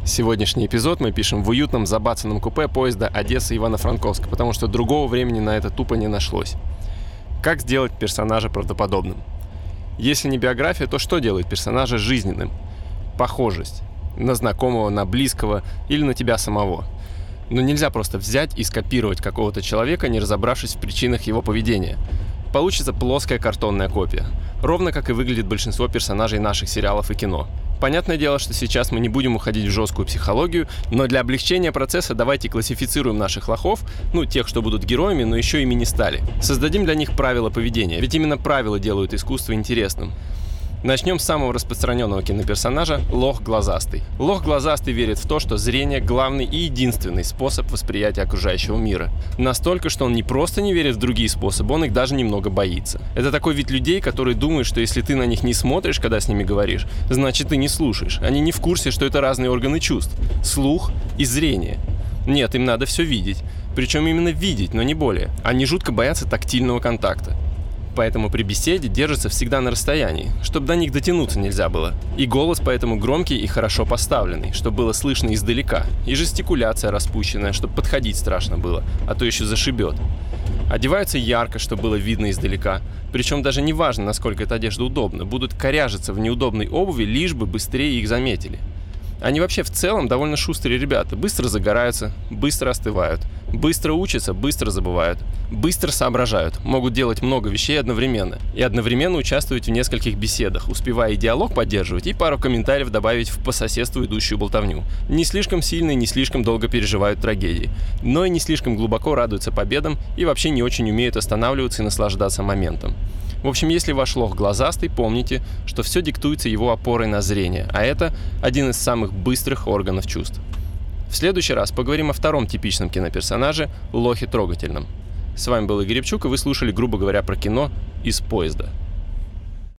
Сегодняшний эпизод мы пишем в уютном забацанном купе поезда Одесса-Ивано-Франковск, потому что другого времени на это тупо не нашлось. Как сделать персонажа правдоподобным? Если не биография, то что делает персонажа жизненным? Похожесть. На знакомого, на близкого или на тебя самого. Но нельзя просто взять и скопировать какого-то человека, не разобравшись в причинах его поведения. Получится плоская картонная копия. Ровно как и выглядит большинство персонажей наших сериалов и кино. Понятное дело, что сейчас мы не будем уходить в жесткую психологию, но для облегчения процесса давайте классифицируем наших лохов, тех, что будут героями, но еще ими не стали. Создадим для них правила поведения, ведь именно правила делают искусство интересным. Начнем с самого распространенного киноперсонажа – лох глазастый. Лох глазастый верит в то, что зрение – главный и единственный способ восприятия окружающего мира. Настолько, что он не просто не верит в другие способы, он их даже немного боится. Это такой вид людей, которые думают, что если ты на них не смотришь, когда с ними говоришь, значит ты не слушаешь. Они не в курсе, что это разные органы чувств – слух и зрение. Нет, им надо все видеть. Причем именно видеть, но не более. Они жутко боятся тактильного контакта. Поэтому при беседе держатся всегда на расстоянии, чтобы до них дотянуться нельзя было. И голос поэтому громкий и хорошо поставленный, чтобы было слышно издалека. И жестикуляция распущенная, чтобы подходить страшно было, а то еще зашибет. Одеваются ярко, чтобы было видно издалека. Причем даже не важно, насколько эта одежда удобна. Будут коряжиться в неудобной обуви, лишь бы быстрее их заметили. Они вообще в целом довольно шустрые ребята. Быстро загораются, быстро остывают. Быстро учатся, быстро забывают. Быстро соображают, могут делать много вещей одновременно. И одновременно участвовать в нескольких беседах, успевая и диалог поддерживать, и пару комментариев добавить в по соседству идущую болтовню. Не слишком сильно и не слишком долго переживают трагедии. Но и не слишком глубоко радуются победам и вообще не очень умеют останавливаться и наслаждаться моментом. В общем, если ваш лох глазастый, помните, что все диктуется его опорой на зрение, а это один из самых быстрых органов чувств. В следующий раз поговорим о втором типичном киноперсонаже – лохе трогательном. С вами был Игорь Рябчук, и вы слушали, грубо говоря, про кино из поезда.